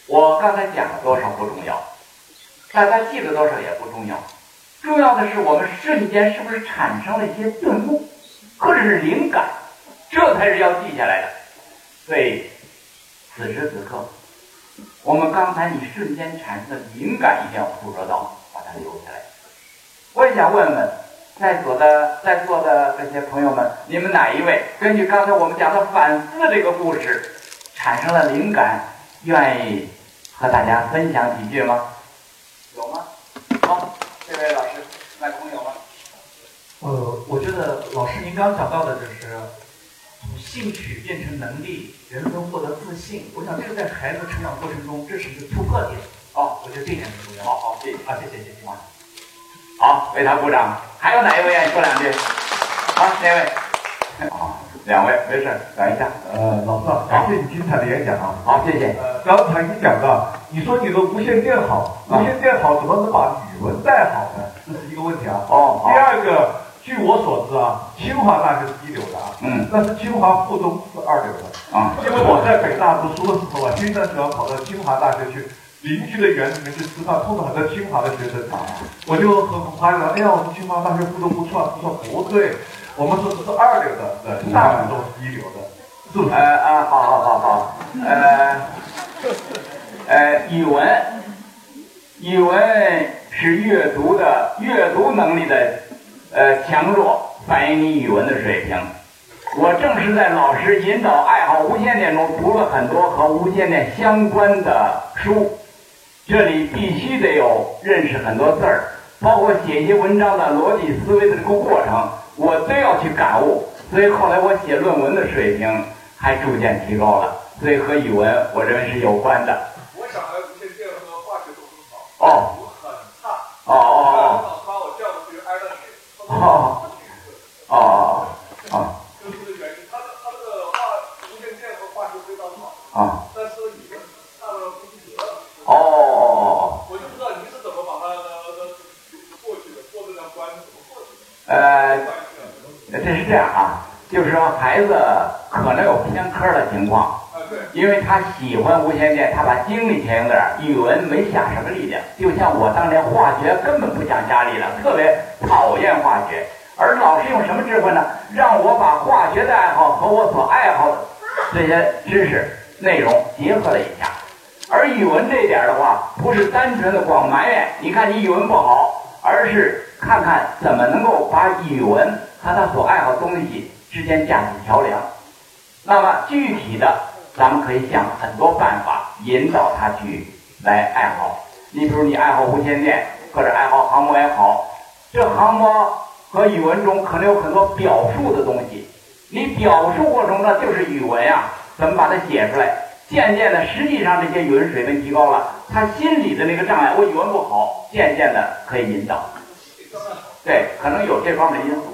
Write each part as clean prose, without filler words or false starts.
我刚才讲了多少不重要，大家记得多少也不重要，重要的是我们瞬间是不是产生了一些顿悟，或者是灵感，这才是要记下来的。所以此时此刻，我们刚才你瞬间产生的灵感一定要捕捉到，把它留下来。我也想问问在座的这些朋友们，你们哪一位根据刚才我们讲的反思这个故事产生了灵感，愿意和大家分享几句吗？有吗？好，这位老师麦克风有吗？ 我觉得老师您刚刚讲到的就是从兴趣变成能力，人能获得自信。我想这个在孩子成长过程中，这是一个突破点。哦，我觉得这一点很重要。 好，谢谢啊，谢谢。 好，为他鼓掌。还有哪一位愿意说两句？好，哪位？两位，没事，等一下。 老师啊，感谢你精彩的演讲啊。 好，谢谢。 刚才你讲到，你说你的无线电好，无线电好怎么能把语文带好呢？这是一个问题啊。第二个，据我所知啊，清华大学是一流的啊。但是清华附中是二流的啊。因为我在北大读书的时候啊，经常喜欢跑到清华大学去。邻居的园里面去吃饭，碰到很多清华的学生，我就很夸张，哎呀，我们清华大学附中不错，他说不对，我们说这是二流的，大附中是一流的，是不是？ 好，语文是阅读能力的强弱反映你语文的水平。我正是在老师引导爱好无线电中读了很多和无线电相关的书。这里必须得有认识很多字儿，包括写一些文章的逻辑思维的这个过程，我都要去感悟。所以后来我写论文的水平还逐渐提高了，所以和语文我认为是有关的。 我小孩无线电和化学都很好，我很差。把我叫过去挨了训。就是这个原因，他这个无线电和化学非常好。但是语文差了不及格。我就不知道您是怎么把它过去的，过这张关是怎么过去的？ 这是这样啊，就是说孩子可能有偏科的情况，因为他喜欢无线电，他把精力全用在这儿，语文没下什么力量。就像我当年化学根本不想加力量，特别讨厌化学，而老师用什么智慧呢？让我把化学的爱好和我所爱好的这些知识内容结合了一下。而语文这一点的话，不是单纯的光埋怨你看你语文不好，而是看看怎么能够把语文和他所爱好的东西之间架起桥梁。那么具体的咱们可以想很多办法引导他去来爱好。你比如你爱好无线电，或者爱好航模也好，这航模和语文中可能有很多表述的东西，你表述过程呢就是语文啊，怎么把它写出来？渐渐的，实际上这些语文水平提高了，他心里的那个障碍，我语文不好，渐渐的可以引导。对，可能有这方面的因素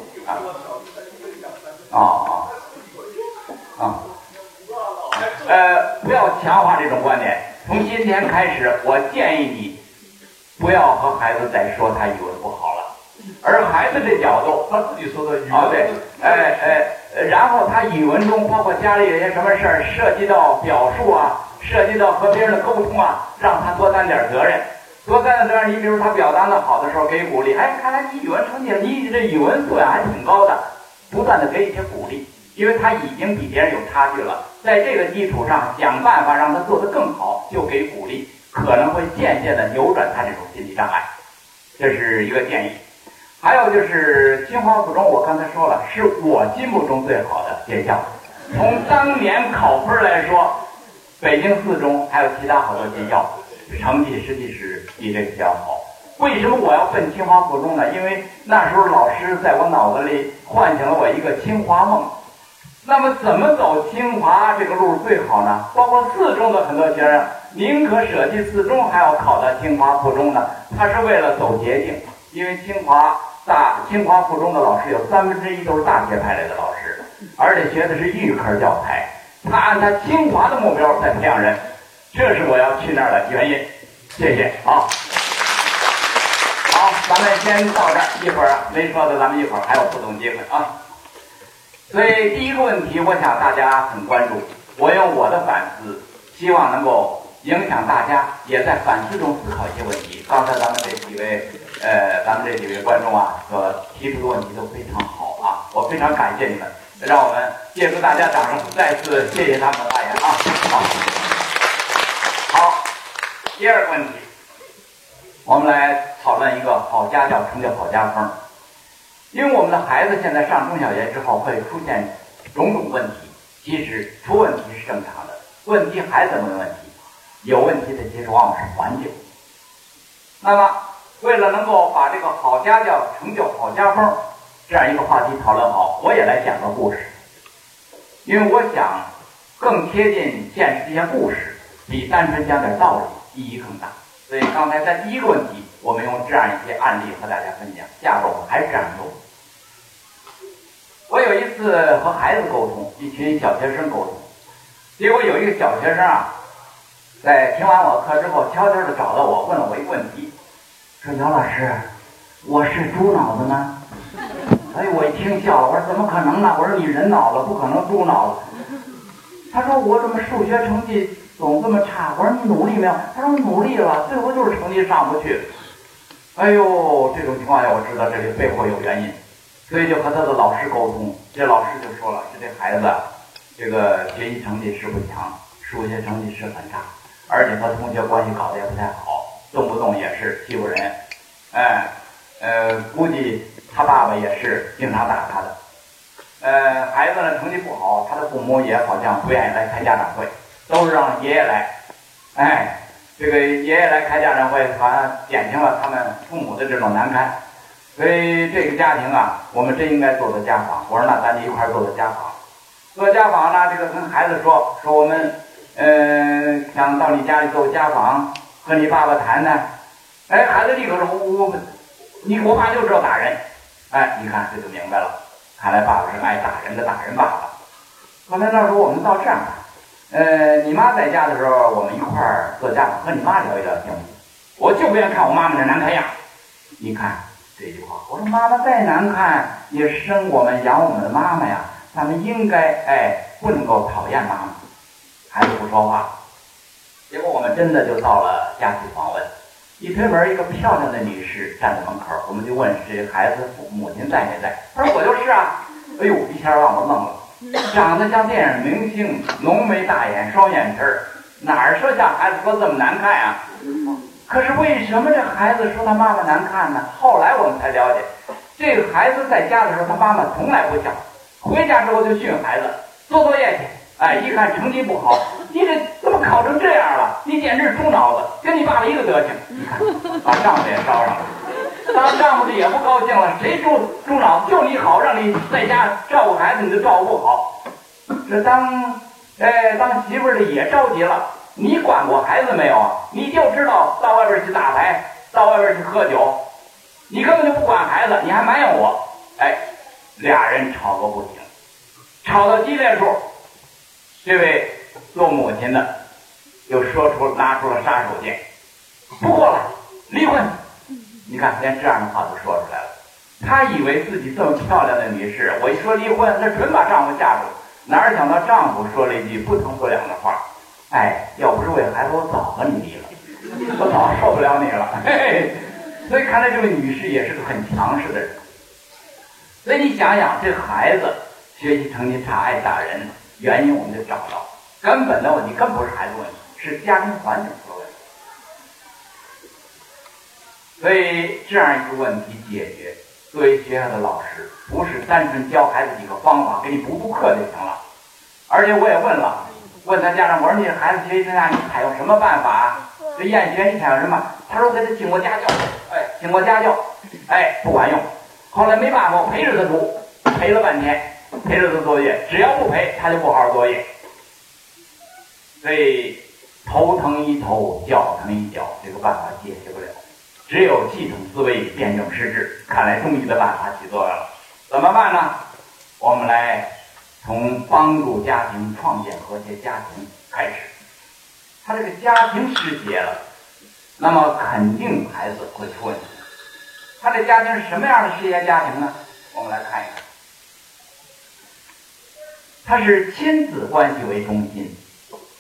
不要强化这种观点。从今天开始，我建议你不要和孩子再说他语文不好了，而孩子这角度， 他自己说的语文然后他语文中包括家里有些什么事儿，涉及到表述啊，涉及到和别人的沟通啊，让他多担点责任。多担点责任，你比如他表达的好的时候给鼓励，哎，看来你语文成绩，你这语文素养还挺高的，不断的给一些鼓励，因为他已经比别人有差距了，在这个基础上想办法让他做得更好，就给鼓励，可能会渐渐的扭转他这种心理障碍。这是一个建议。还有就是清华附中，我刚才说了，是我心目中最好的学校。从当年考分来说，北京四中还有其他好多学校，成绩实际是比这个学校好。为什么我要奔清华附中呢？因为那时候老师在我脑子里唤醒了我一个清华梦。那么怎么走清华这个路最好呢？包括四中的很多学生宁可舍弃四中还要考到清华附中呢，他是为了走捷径。因为清华附中的老师有1/3都是大学派来的老师，而且学的是预科教材，他按他清华的目标在培养人，这是我要去那儿的原因。谢谢啊。好，咱们先到这儿，一会儿没说的咱们一会儿还有互动机会啊。所以第一个问题，我想大家很关注，我用我的反思，希望能够影响大家也在反思中思考一些问题。刚才咱们这几位观众啊所提出的问题都非常好啊，我非常感谢你们，让我们借助大家掌声再次谢谢他们的发言啊。好，第二个问题，我们来讨论一个好家教成就好家风。因为我们的孩子现在上中小学之后会出现种种问题，其实出问题是正常的，问题孩子没问题，有问题的其实往往是环境。那么为了能够把这个好家教成就好家风这样一个话题讨论好，我也来讲个故事，因为我想更贴近现实，这些故事比单纯讲点道理意义更大。所以刚才在第一个问题我们用这样一些案例和大家分享，下边我们还是这样做。我有一次和孩子沟通，一群小学生沟通，结果有一个小学生啊，在听完我课之后悄悄地找到我，问了我一个问题，说姚老师，我是猪脑子吗？哎，我一听笑了，我说怎么可能呢？我说你人脑子不可能猪脑子。他说我怎么数学成绩总这么差？我说你努力没有？他说努力了，最后就是成绩上不去。哎呦，这种情况下我知道这里背后有原因，所以就和他的老师沟通。这老师就说了，这孩子这个学习成绩是不强，数学成绩是很差，而且和同学关系搞得也不太好，动不动也是欺负人。估计他爸爸也是经常打他的。孩子呢成绩不好，他的父母也好像不愿意来开家长会，都是让爷爷来。这个爷爷来开家长会，好像减轻了他们父母的这种难堪。所以这个家庭啊，我们真应该做做家访。我说那咱就一块做做家访。做家访呢，这个跟孩子说我们想到你家里做家访，和你爸爸谈谈。孩子立刻说我爸就知道打人。你看这就明白了，看来爸爸是爱打人的打人爸爸。后来那时候我们到这样吧，你妈在家的时候，我们一块儿做家访，和你妈聊一聊行不行？我就不愿意看我妈妈这难看样。你看这句话，我说妈妈再难看也是生我们养我们的妈妈呀，咱们应该不能够讨厌妈妈。孩子不说话，结果我们真的就到了家庭访问。一推门，一个漂亮的女士站在门口，我们就问这孩子母亲在没在？她说我就是啊。哎呦，一下让我愣了，长得像电影明星，浓眉大眼，双眼皮儿，哪儿说像孩子说这么难看啊？可是为什么这孩子说他妈妈难看呢？后来我们才了解，这个孩子在家的时候他妈妈从来不笑，回家之后就训孩子做作业去。一看成绩不好，你这怎么考成这样了？你简直是猪脑子，跟你爸爸一个德行。你看把丈夫也烧上了，当丈夫的也不高兴了，谁猪脑子？就你好，让你在家照顾孩子你就照顾不好。这当媳妇儿的也着急了，你管过孩子没有啊？你就知道到外边去打牌，到外边去喝酒，你根本就不管孩子，你还埋怨我。俩人吵个不停，吵到激烈处，这位做母亲的又拿出了杀手锏，不过了，离婚。你看连这样的话都说出来了。她以为自己这么漂亮的女士，我一说离婚，那准把丈夫吓住。哪想到丈夫说了一句不疼不痒的话，要不是为孩子，我早和你离了，我早受不了你了。所以看来这位女士也是个很强势的人。所以你想想，这孩子学习成绩差，爱打人，原因我们就找到，根本的问题根本不是孩子问题，是家庭环境出了问题。所以这样一个问题解决，作为学校的老师，不是单纯教孩子几个方法，给你补课就行了。而且我也问他家长，我说你孩子学习成绩差，你采用什么办法？这厌学你采用什么？他说给他请过家教，请过家教，不管用。后来没办法，我陪着他读，陪了半天，陪着他作业，只要不陪，他就不好好作业。所以头疼一头，脚疼一脚，这个办法解决不了，只有系统思维辩证施治。看来中医的办法起作用了，怎么办呢？我们来从帮助家庭创建和谐家庭开始。他这个家庭失节了，那么肯定孩子会出问题。他这家庭是什么样的失节家庭呢？我们来看一看，他是亲子关系为中心，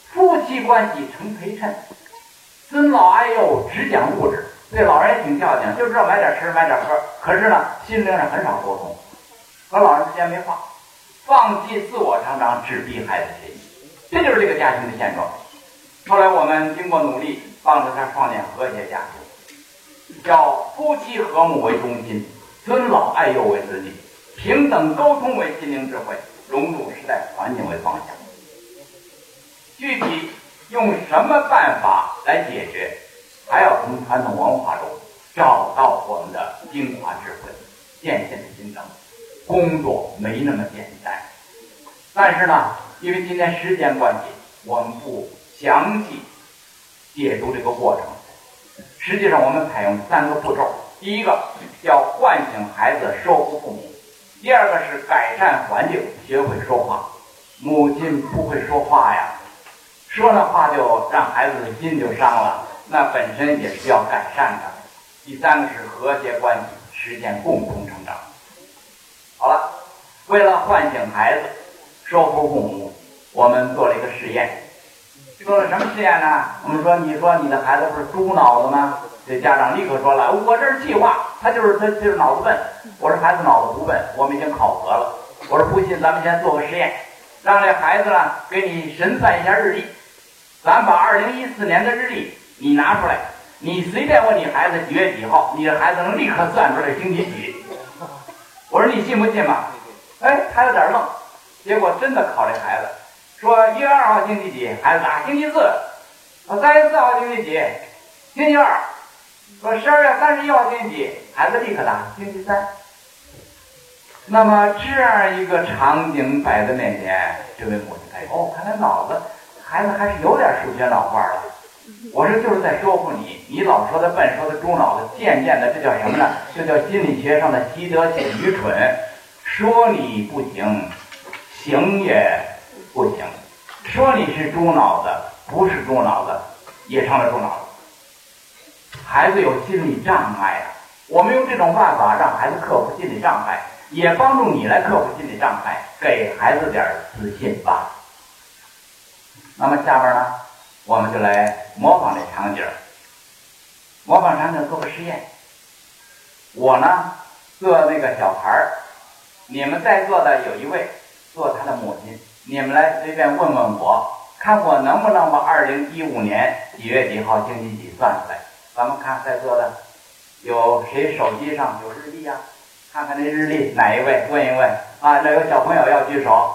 夫妻关系成陪衬，尊老爱幼只讲物质。对老人也挺孝敬，就知道买点吃买点喝，可是呢心灵上很少沟通，和老人之间没话，放弃自我成长，只逼孩子学习，这就是这个家庭的现状。后来我们经过努力，帮助他创建和谐家庭，叫夫妻和睦为中心，尊老爱幼为子女，平等沟通为心灵智慧，融入时代环境为方向。具体用什么办法来解决，还要从传统文化中找到我们的精华智慧，渐渐的形成。工作没那么简单，但是呢，因为今天时间关系，我们不详细解读这个过程。实际上我们采用3个步骤，第一个叫唤醒孩子，说服父母；第二个是改善环境，学会说话。母亲不会说话呀，说那话就让孩子的心就伤了，那本身也是要改善的。第3个是和谐关系，实现共同成长。好了，为了唤醒孩子，说服父母，我们做了一个实验。做了什么实验呢？我们说，你说你的孩子不是猪脑子吗？这家长立刻说了，我这是气话，他就是脑子笨。我说孩子脑子不笨，我们已经考核了。我说不信，咱们先做个实验，让这孩子呢给你神算一下日历。咱把2014年的日历你拿出来，你随便问你孩子几月几号，你的孩子能立刻算出来星期几。我说你信不信嘛？哎，他有点愣。结果真的考这孩子，说1月2号星期几，孩子答星期4。3月4号星期几，星期2。说12月31号星期几，孩子立刻答星期3。那么这样一个场景摆在面前，这位母亲看，看来孩子还是有点数学脑瓜了。我说就是在说服你，你老说的笨，说的猪脑子，渐渐的这叫什么呢？这叫心理学上的习得性愚蠢。说你不行，行也不行；说你是猪脑子，不是猪脑子，也成了猪脑子。孩子有心理障碍啊，我们用这种办法让孩子克服心理障碍，也帮助你来克服心理障碍，给孩子点自信吧。那么下边呢，我们就来模仿这场景，模仿场景做个实验。我呢做那个小孩，你们在座的有一位做他的母亲，你们来随便问问我，看我能不能把2015年几月几号星期几算出来。咱们看在座的有谁手机上有日历啊？看看那日历，哪一位？问一问啊！这有小朋友要举手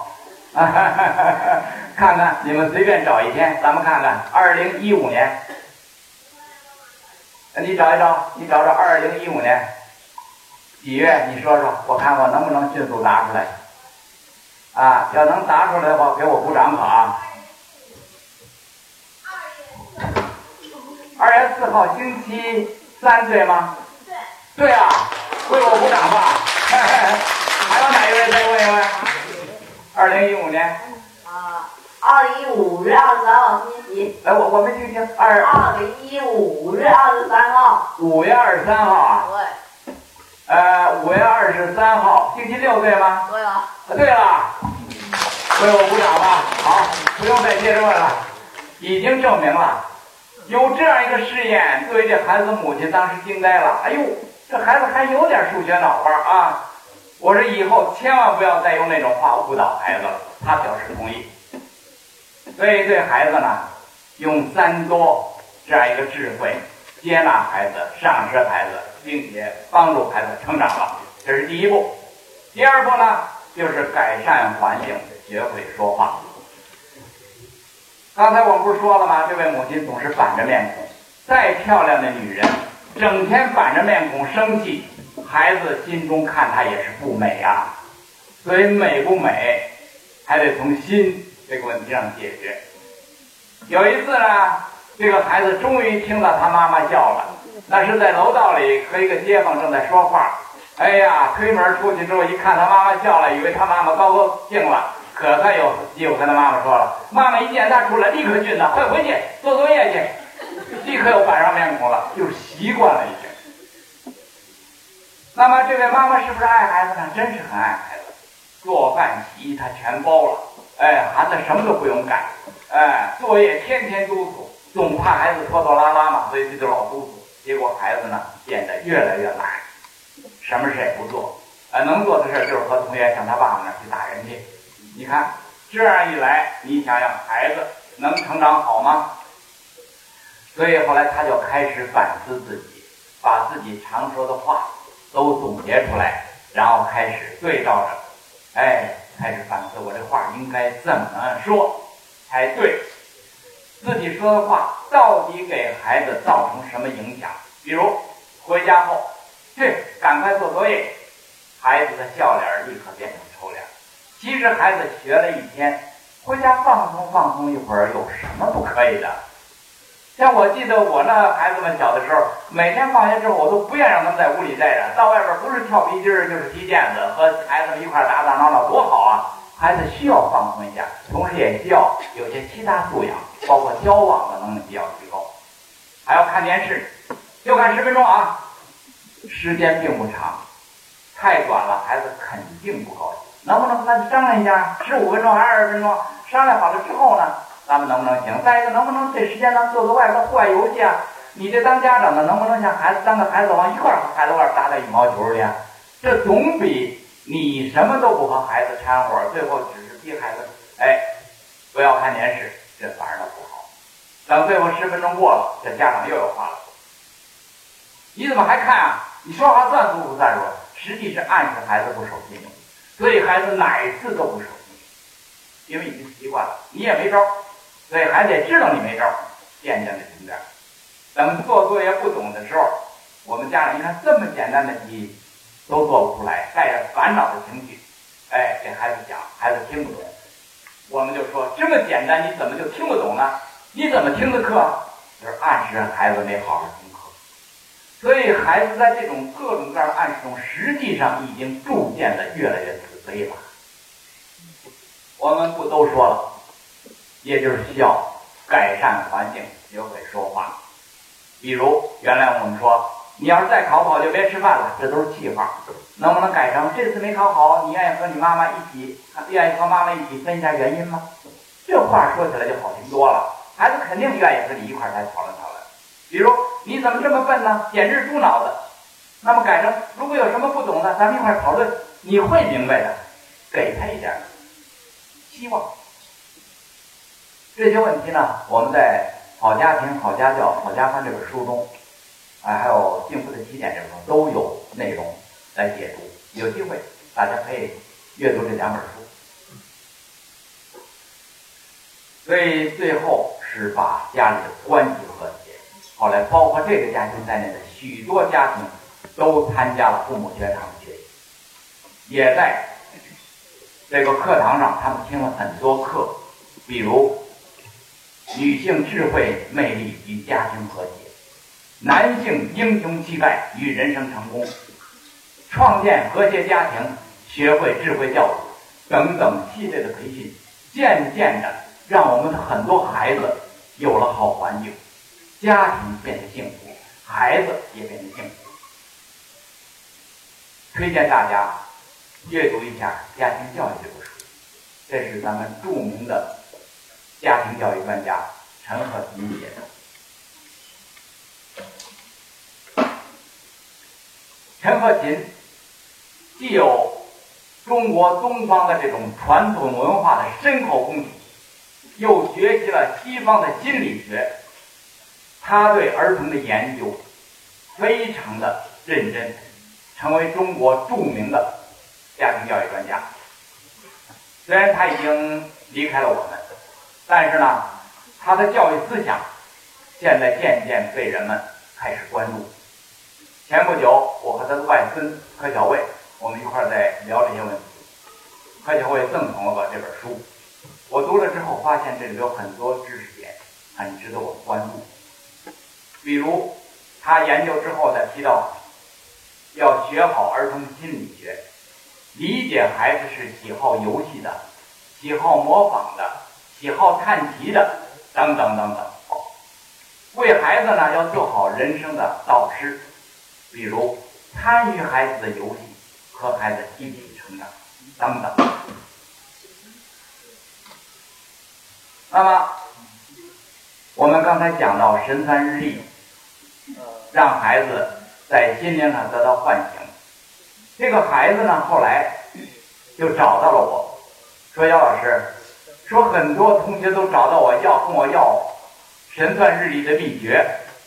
看看你们随便找一天，咱们看看2015年，你找一找，你找找2015年几月？你说说，我看我能不能迅速答出来啊？要能答出来的话，给我鼓掌可啊！2月4号星期3，对吗？对啊，为我鼓掌吧！还有哪一位再问一问？2015年。 2015月23号星期几？ 哎，我没听清。 2015月23号。 5月23号啊？ 对。 5月23号，星期6，对吗？ 对了。 对了，为我鼓掌吧。好，不用再接着问了，已经证明了，有这样一个试验，作为这孩子母亲当时惊呆了。哎呦，这孩子还有点数学脑瓜啊！我说以后千万不要再用那种话误导孩子了。他表示同意。所以对孩子呢，用3多这样一个智慧，接纳孩子，赏识孩子，并且帮助孩子成长了，这是第一步。第二步呢，就是改善环境，学会说话。刚才我们不是说了吗？这位母亲总是板着面孔，再漂亮的女人，整天板着面孔生气，孩子心中看她也是不美啊。所以美不美，还得从心这个问题上解决。有一次呢，这个孩子终于听到他妈妈叫了，那是在楼道里和一个街坊正在说话。哎呀，推门出去之后一看他妈妈叫了，以为他妈妈高兴了，可他有机会跟他妈妈说了。妈妈一见他出来，立刻训他，快回去做作业去，立刻又板上面孔了，就是习惯了已经。那么这位妈妈是不是爱孩子呢？真是很爱孩子，做饭洗衣他全包了。哎，孩子什么都不用干， 作业天天督促，总怕孩子拖拖拉拉嘛，所以就老督促。结果孩子呢变得越来越懒，什么事也不做，能做的事就是和同学上他爸爸那儿去打人去。你看这样一来，你想想孩子能成长好吗？所以后来他就开始反思自己，把自己常说的话都总结出来，然后开始对照着，开始反思我这话应该怎么说才对，自己说的话到底给孩子造成什么影响。比如回家后赶快做作业，孩子的笑脸立刻变成臭脸。其实孩子学了一天，回家放松一会儿有什么不可以的？像我记得我那孩子们小的时候，每天放学之后我都不愿让他们在屋里待着，到外边不是跳皮筋就是踢毽子，和孩子们一块打打闹闹多好啊！孩子需要放松一下，同时也需要有些其他素养，包括交往的能力比较提高。还要看电视，就看10分钟啊，时间并不长，太短了孩子肯定不高兴。能不能和他商量一下，15分钟还是20分钟？商量好了之后呢，咱们能不能行？再一个，能不能这时间咱做个外边户外游戏啊？你这当家长的能不能像孩子当个孩子王一块儿和孩子玩打打羽毛球去？这总比你什么都不和孩子掺和，最后只是逼孩子不要看电视，这反而不好。等最后10分钟过了，这家长又有话了，你怎么还看啊？你说话算数不算数？实际是暗示孩子不守信用，所以孩子哪次都不守信用，因为已经习惯了，你也没招，所以孩子也知道你没招，渐渐的停点。等做作业不懂的时候，我们家长一看这么简单的题都做不出来，带着烦恼的情绪，给孩子讲，孩子听不懂，我们就说这么简单你怎么就听不懂呢？你怎么听的课？就是暗示孩子没好好听课。所以孩子在这种各种各样的暗示中，实际上已经逐渐的越来越自卑了。我们不都说了，也就是需要改善环境，学会说话。比如原来我们说，你要是再考不好就别吃饭了，这都是气话。能不能改成这次没考好，你愿意和妈妈一起分一下原因吗？这话说起来就好听多了，孩子肯定愿意和你一块来讨论讨论。比如你怎么这么笨呢？简直猪脑子。那么改成如果有什么不懂的，咱们一块讨论，你会明白的，给他一点希望。这些问题呢，我们在《好家庭、好家教、好家风》这本书中，还有《幸福的起点》这本书都有内容来解读。有机会大家可以阅读这2本书。所以最后是把家里的关系和谐。后来包括这个家庭在内的许多家庭都参加了父母学堂的学习，也在这个课堂上他们听了很多课，比如女性智慧魅力与家庭和谐，男性英雄气概与人生成功，创建和谐家庭，学会智慧教育等等系列的培训，渐渐的让我们的很多孩子有了好环境，家庭变得幸福，孩子也变得幸福。推荐大家阅读一下《家庭教育》这本书，这是咱们著名的家庭教育专家陈鹤琴写的。陈鹤琴既有中国东方的这种传统文化的深厚功底，又学习了西方的心理学，他对儿童的研究非常的认真，成为中国著名的家庭教育专家。虽然他已经离开了我们，但是呢，他的教育思想现在渐渐被人们开始关注。前不久，我和他的外孙柯小卫，我们一块在聊这些问题。柯小卫赠送了我这本书，我读了之后发现这里有很多知识点很值得我关注。比如他研究之后呢，提到要学好儿童心理学，理解孩子是喜好游戏的，喜好模仿的，喜好看题的，等等等等。为孩子呢要做好人生的导师，比如参与孩子的游戏，和孩子一起成长等等。那么我们刚才讲到神传日历，让孩子在心灵上得到唤醒。这个孩子呢，后来就找到了我，说姚老师，说很多同学都找到我跟我要神算日历的秘诀，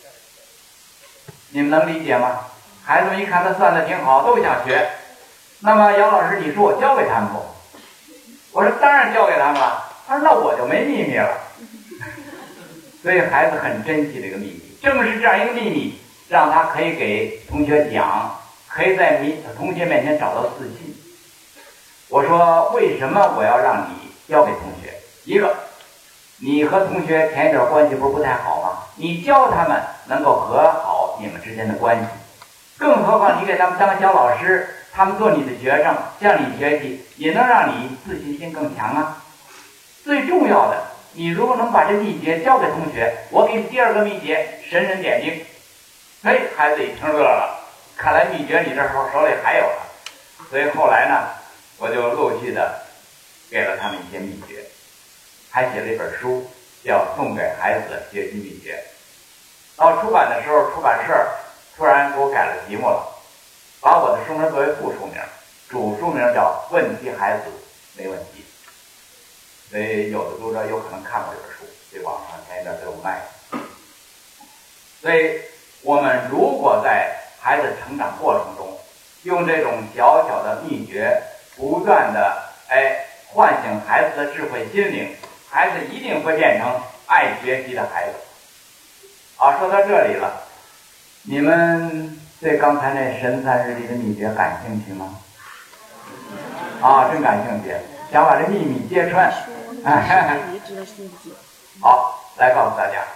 你们能理解吗？孩子们一看他算的挺好，都想学。那么姚老师，你说我教给他们不？我说当然教给他们了。他说那我就没秘密了。所以孩子很珍惜这个秘密，正是这样一个秘密，让他可以给同学讲，可以在同学面前找到自信。我说为什么我要让你教给同学？一个，你和同学前一段关系不太好吗？你教他们能够和好你们之间的关系，更何况你给他们当小老师，他们做你的学生，向你学习，也能让你自信心更强啊。最重要的，你如果能把这秘诀教给同学，我给你第二个秘诀，神人点睛。哎，孩子一听乐了，看来秘诀你这手里还有了。所以后来呢，我就陆续的给了他们一些秘诀，还写了一本书，叫《送给孩子的学习秘诀》。到出版的时候，出版社突然给我改了题目了，把我的书名作为副书名，主书名叫《问题孩子没问题》。所以有的读者有可能看过这本书，在网上前一段都有卖。所以我们如果在孩子成长过程中，用这种小小的秘诀，不断的唤醒孩子的智慧心灵，孩子一定会变成爱学习的孩子。说到这里了，你们对刚才那神算日历的秘诀感兴趣吗？真感兴趣，想把这秘密揭穿。好，来告诉大家，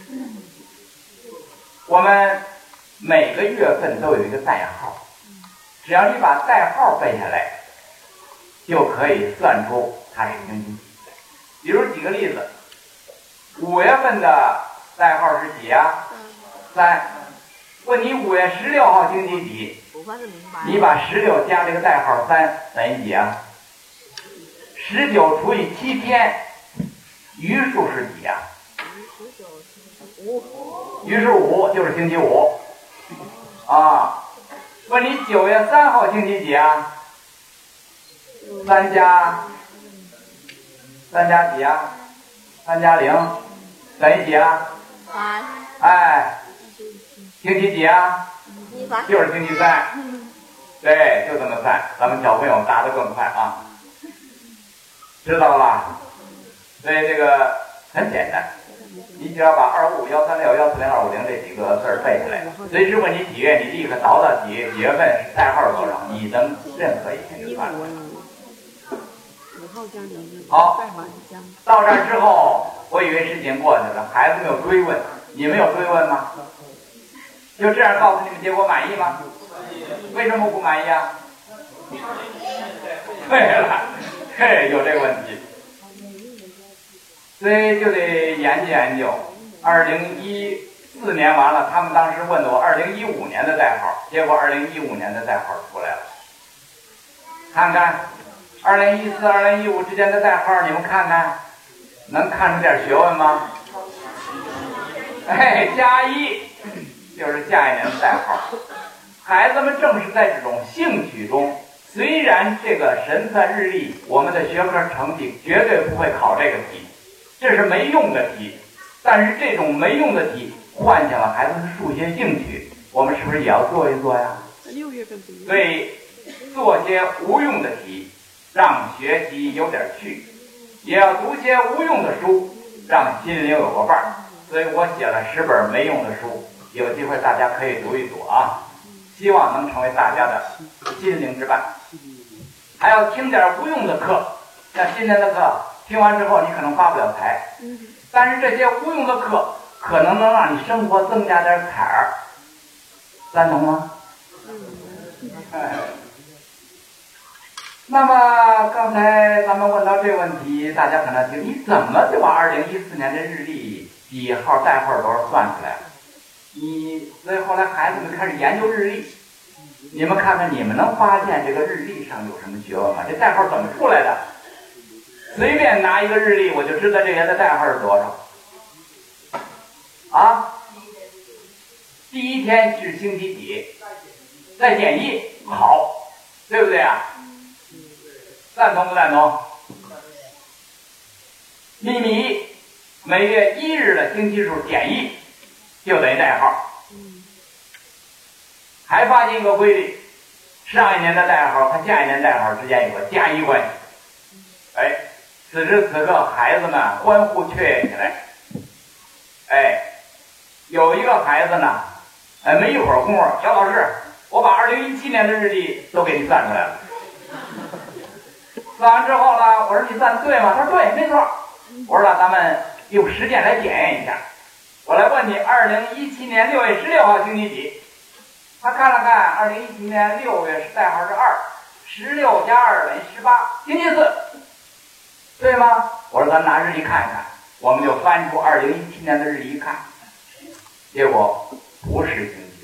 我们每个月份都有一个代号，只要你把代号背下来，就可以算出它是星期几。比如举个例子，5月份的代号是几啊？3。问你5月16号星期几？你把16加这个代号3等于几啊？19除以7天，余数是几啊？余数5，就是星期5。问你9月3号星期几啊？3加几啊？3加0等于几啊？3。星期几啊？就是星期3。对，就这么算。咱们小朋友答得更快啊，知道了吧？所以这个很简单，你只要把255、136、140、250这几个字背下来，随时问你几月，你立刻倒到几月份，代号多少，你能任何一天就算出来。好，到这儿之后，我以为事情过去了，孩子们有追问，你们有追问吗？就这样告诉你们结果满意吗？为什么不满意啊？对了，有这个问题，所以就得研究研究。2014年完了，他们当时问的我2015年的代号，结果2015年的代号出来了。看看2014、2015之间的代号，你们看看，能看出点学问吗？加1就是下一年的代号。孩子们正是在这种兴趣中，虽然这个神算日历我们的学科成绩绝对不会考这个题，这是没用的题，但是这种没用的题唤醒了孩子的数学兴趣，我们是不是也要做一做呀？所以做些无用的题，让学习有点趣，也要读些无用的书，让心灵有个伴儿。所以我写了10本没用的书，有机会大家可以读一读啊，希望能成为大家的心灵之伴。还要听点无用的课，像今天的课听完之后你可能发不了财，但是这些无用的课可能能让你生活增加点彩儿，赞同吗？那么刚才咱们问到这个问题，大家可能听，你怎么就把2014年的日历几号代号多少算出来了？所以后来孩子们开始研究日历，你们看看你们能发现这个日历上有什么学问吗？这代号怎么出来的？随便拿一个日历我就知道这个的代号是多少。 啊？第一天是星期几？再减1，好，对不对啊？赞同不赞同？秘密每月1日的星期数减1，就等于代号。还发现一个规律，上一年的代号和下一年代号之间有个加1关系。哎，此时此刻孩子们欢呼雀跃起来。哎，有一个孩子呢，没一会儿功夫，小老师，我把2017年的日历都给你算出来了。算完之后呢，我说你算对吗？他说对，没错。我说咱们用实践来检验一下。我来问你，2017年6月16号星期几？他看了看，2017年6月代号是2，16加2等于18，星期4，对吗？我说咱拿日历看一看，我们就翻出2017年的日历一看，结果不是星期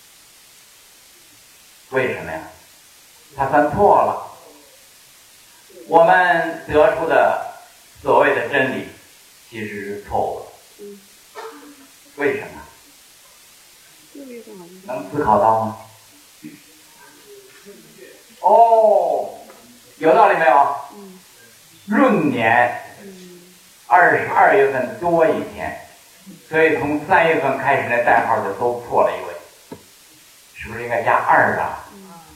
4，为什么呀？他算错了。我们得出的所谓的真理其实是错误的，为什么？能思考到吗？哦，有道理没有？闰年22月份多一天，所以从3月份开始那代号就都错了一位，是不是应该加2啊？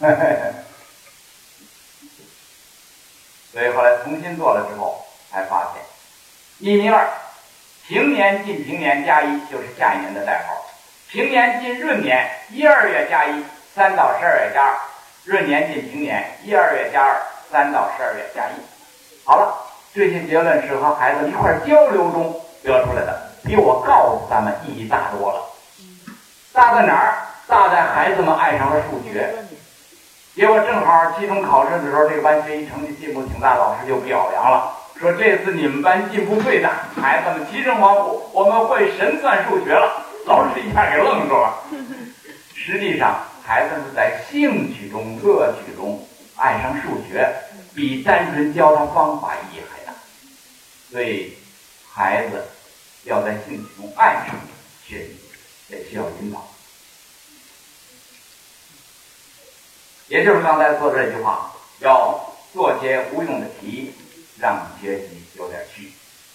所以后来重新做了之后才发现，秘密2，平年进平年加1就是下一年的代号。平年进闰年1、2月加1， 3到12月加2，闰年进平年1、2月加2， 3到12月加1。好了，这些结论是和孩子一块交流中得出来的，比我告诉咱们意义大多了。大在哪儿？大在孩子们爱上了数学。结果正好期中考试的时候，这个班学习成绩进步挺大，老师就表扬了，说这次你们班进步最大，孩子们齐声欢呼，我们会神算数学了。老师一下给愣住了。实际上，孩子是在兴趣中、乐趣中爱上数学，比单纯教他方法意义还大。所以，孩子要在兴趣中爱上学习，也需要引导。也就是刚才说的这句话，要做些无用的题，让学习有点趣。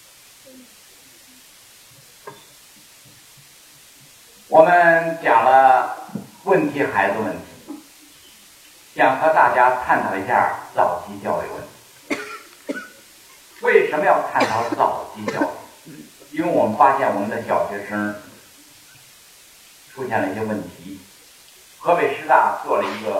我们讲了问题孩子问题，想和大家探讨一下早期教育问题。为什么要探讨早期教育？因为我们发现我们的小学生出现了一些问题。河北师大有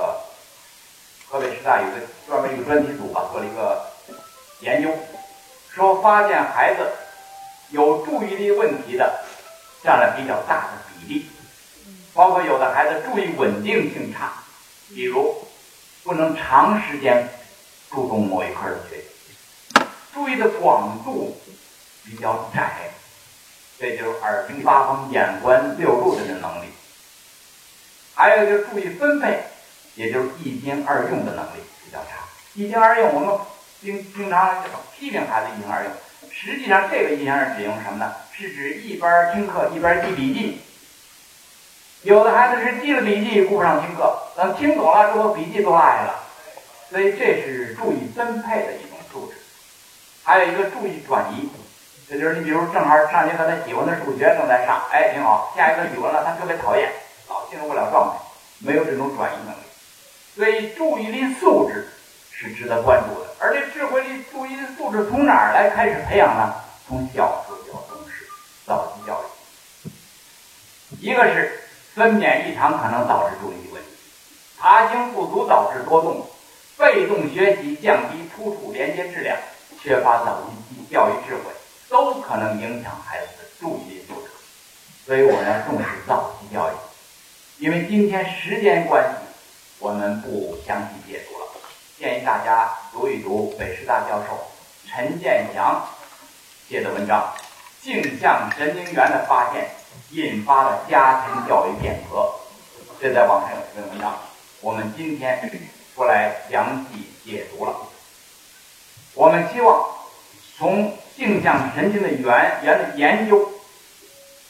一个专门一个专题组吧，做了一个研究，说发现孩子有注意力问题的占了比较大的比例，包括有的孩子注意稳定性差，比如不能长时间注重某一科的学习，注意的广度比较窄，这就是耳听八方眼观六路的这能力。还有就是注意分配，也就是一心二用的能力比较差。一心二用，我们经常批评孩子一心二用，实际上这个一心二用指用什么呢？是指一边听课一边记笔记。有的孩子是记了笔记顾不上听课，等听懂了之后笔记都落下了，所以这是注意分配的一种素质。还有一个注意转移，这就是你比如正好上节课他喜欢的数学正在上，哎，挺好，下一个语文了他特别讨厌，老进入不了状态，没有这种转移能力。所以注意力素质是值得关注的。而这注意力素质从哪儿来开始培养呢？从小时候就要重视早期教育。一个是分娩异常可能导致注意力问题，爬行不足导致多动，被动学习降低突触连接质量，缺乏早期教育智慧，都可能影响孩子的注意力素质。所以我们要重视早期教育。因为今天时间关系，我们不详细解读了，建议大家读一读北师大教授陈建祥写的文章《镜像神经元的发现引发了家庭教育变革》，这在网上有这篇文章，我们今天不来详细解读了。我们希望从镜像神经的源的研究，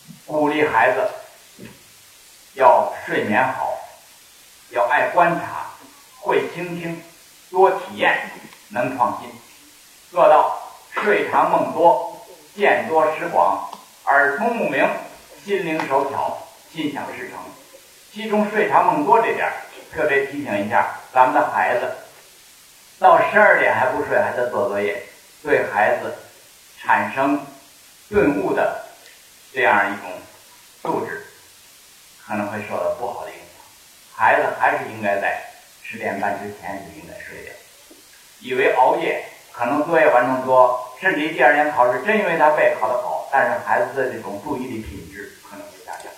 鼓励孩子要睡眠好，要爱观察，会倾听，多体验，能创新，做到睡长梦多，见多识广，耳聪目明，心灵手巧，心想事成。其中睡长梦多这点特别提醒一下咱们的孩子，到12点还不睡，还在做作业，对孩子产生顿悟的这样一种素质，可能会受到不好的影响。孩子还是应该在10点半之前就应该睡掉。以为熬夜可能作业完成多，甚至于第2天考试真因为他背考得好，但是孩子的这种注意力品质可能会下降。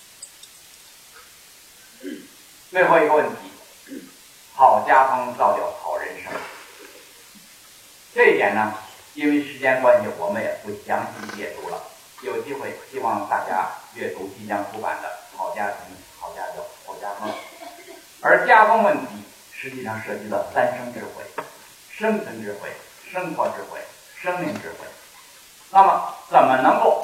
最后一个问题，好家风造就好人生。这一点呢，因为时间关系，我们也不详细解读了。有机会，希望大家阅读即将出版的《好家庭、好家教、好家风》。而家风问题实际上涉及到3生智慧：生存智慧、生活智慧、生命智慧。那么，怎么能够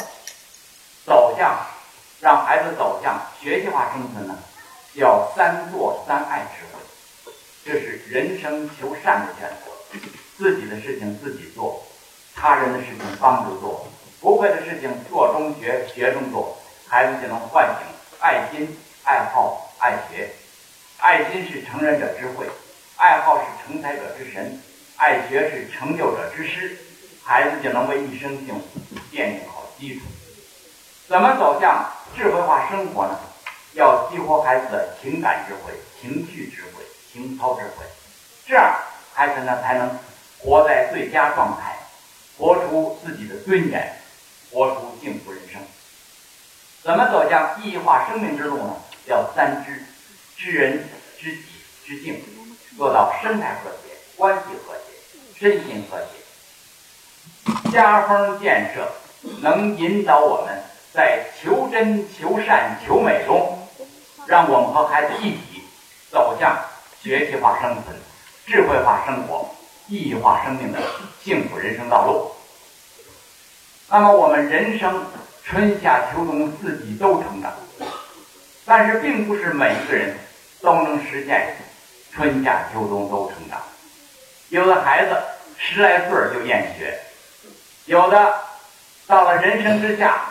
让孩子走向学习化生存呢？要3做3爱智慧，这是人生求善的选择。自己的事情自己做，他人的事情帮着做，不会的事情做中学，学中做，孩子就能唤醒爱心、爱好、爱学。爱心是成人者之慧，爱好是成才者之神，爱学是成就者之师，孩子就能为一生幸福奠定好基础。怎么走向智慧化生活呢？要激活孩子的情感智慧、情绪智慧、情操智慧，这样孩子呢才能活在最佳状态，活出自己的尊严，活出幸福人生。怎么走向意义化生命之路呢？要3知：知人、知己、知境，做到生态和谐、关系和谐、身心和谐。家风建设能引导我们在求真、求善、求美中，让我们和孩子一起走向学习化生存、智慧化生活、意义化生命的幸福人生道路。那么我们人生春夏秋冬四季都成长，但是并不是每一个人都能实现春夏秋冬都成长。有的孩子10来岁就厌学，有的到了人生之夏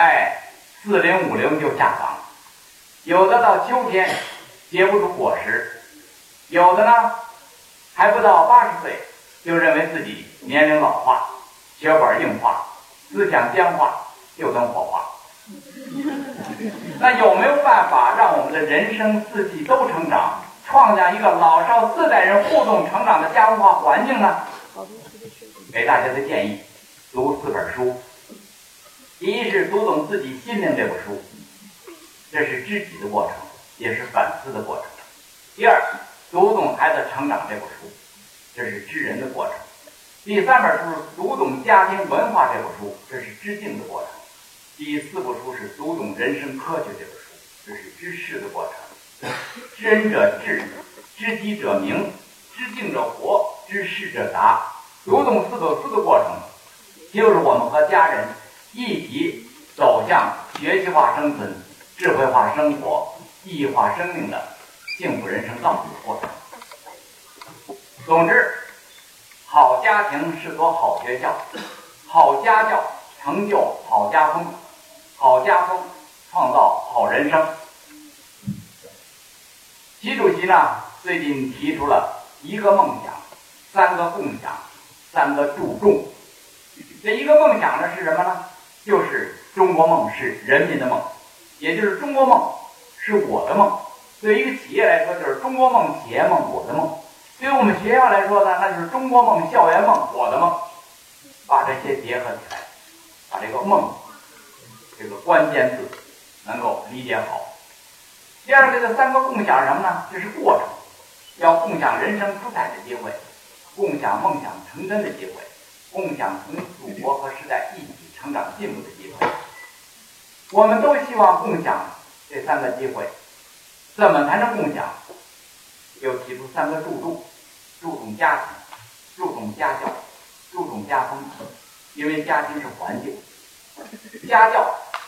，40、50就下岗，有的到秋天结不出果实，有的呢还不到80岁就认为自己年龄老化，血管硬化，思想僵化，就等火化。那有没有办法让我们的人生四季都成长，创造一个老少4代人互动成长的家文化环境呢？给大家的建议，读4本书。第一是读懂自己心灵这本书，这是知己的过程，也是反思的过程。第二，读懂孩子成长这本书，这是知人的过程。第3本书是读懂家庭文化这本书，这是知境的过程。第4部书是读懂人生科学这本书，这是知识的过程。知人者智，知己者明，知境者活，知识者达。读懂4本书的过程，就是我们和家人一起走向学习化生存、智慧化生活、意义化生命的幸福人生道路的过程。总之，好家庭是所好学校，好家教成就好家风，好家风创造好人生。习主席呢，最近提出了1个梦想、3个共享、3个注重。这1个梦想呢是什么呢？就是中国梦是人民的梦，也就是中国梦是我的梦。对于一个企业来说，就是中国梦、企业梦、我的梦。对于我们学校来说呢，那就是中国梦、校园梦、我的梦。把这些结合起来，把这个梦这个关键字能够理解好。第二个，这3个共享什么呢？这是过程，要共享人生出彩的机会，共享梦想成真的机会，共享同祖国和时代一起成长进步的机会。我们都希望共享这3个机会，怎么才能共享？又提出3个注重：注重家庭，注重家教，注重家风。因为家庭是环境，家教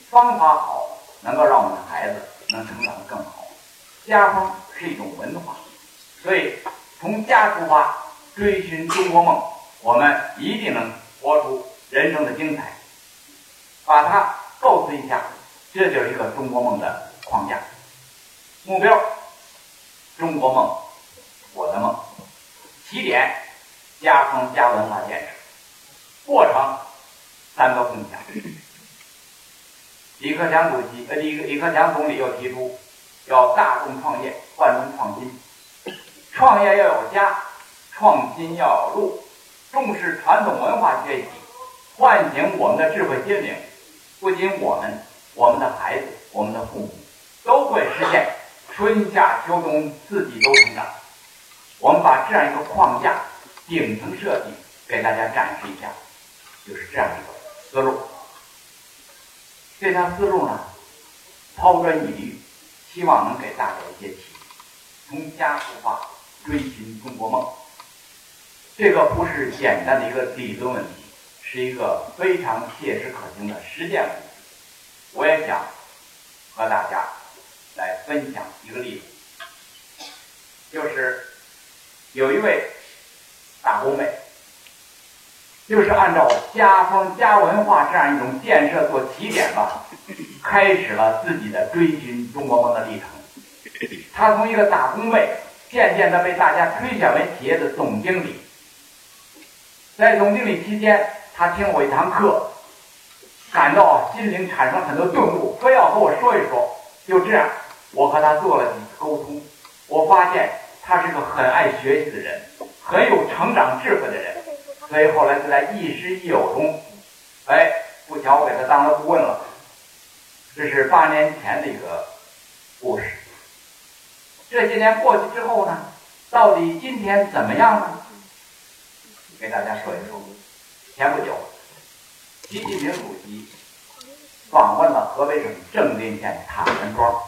方法好，能够让我们的孩子能成长得更好。家风是一种文化，所以从家出发，追寻中国梦，我们一定能活出人生的精彩。把它构思一下，这就是一个中国梦的框架。目标：中国梦，我的梦。起点：家风家文化建设。过程：3个共享。李克强总理又提出，要大众创业，万众创新。创业要有家，创新要有路，重视传统文化学习，唤醒我们的智慧心灵。不仅我们、我们的孩子、我们的父母都会实现春夏秋冬四季都成长。我们把这样一个框架顶层设计给大家展示一下，就是这样一个思路。这条思路呢，抛砖引玉，希望能给大家一些启迪。从家出发，追寻中国梦，这个不是简单的一个理论问题，是一个非常切实可行的实践问题。我也想和大家来分享一个例子，就是有一位打工妹，就是按照家风家文化这样一种建设做起点吧，开始了自己的追寻中国梦的历程。她从一个打工妹渐渐地被大家推选为企业的总经理。在总经理期间，她听我一堂课，感到心灵产生很多顿悟，非要和我说一说。就这样，我和她做了几次沟通，我发现她是个很爱学习的人，很有成长智慧的人。所以后来就在亦师亦友中，不巧我给她当了顾问了。这是8年前的一个故事。这些年过去之后呢，到底今天怎么样呢？给大家说一说。前不久，习近平主席访问了河北省正定县塔园庄。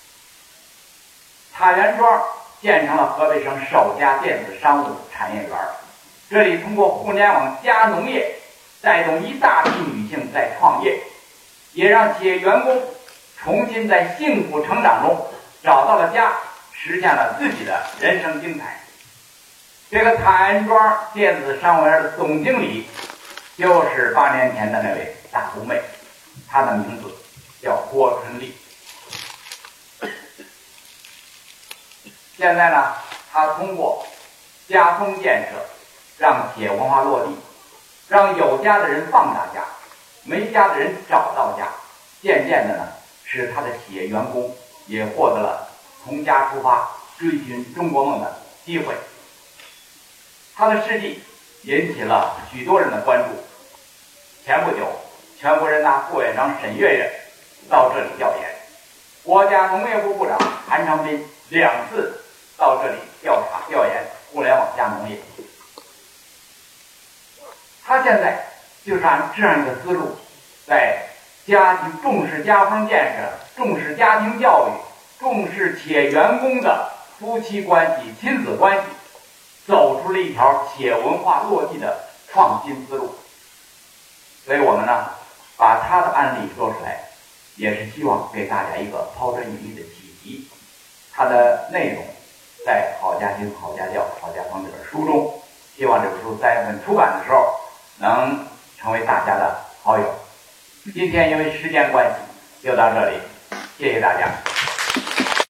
塔园庄建成了河北省首家电子商务产业园，这里通过互联网加农业，带动一大批女性在创业，也让企业员工重新在幸福成长中找到了家，实现了自己的人生精彩。这个塔园庄电子商务园的总经理就是8年前的那位大姑妹，她的名字叫郭春丽。现在呢，她通过家风建设，让企业文化落地，让有家的人放大家，没家的人找到家。渐渐的呢，使她的企业员工也获得了从家出发追寻中国梦的机会。他的事迹引起了许多人的关注。前不久，全国人大副委员长沈跃跃到这里调研，国家农业部部长韩长斌2次到这里调研互联网加农业。他现在就是按这样一个思路，在家庭重视家风建设，重视家庭教育，重视企业员工的夫妻关系、亲子关系，走出了一条企业文化落地的创新思路。所以我们呢，把他的案例说出来，也是希望给大家一个抛砖引玉的启迪。它的内容在《好家庭、好家教、好家风》这本书中，希望这本书3月份出版的时候能成为大家的好友。今天因为时间关系就到这里，谢谢大家。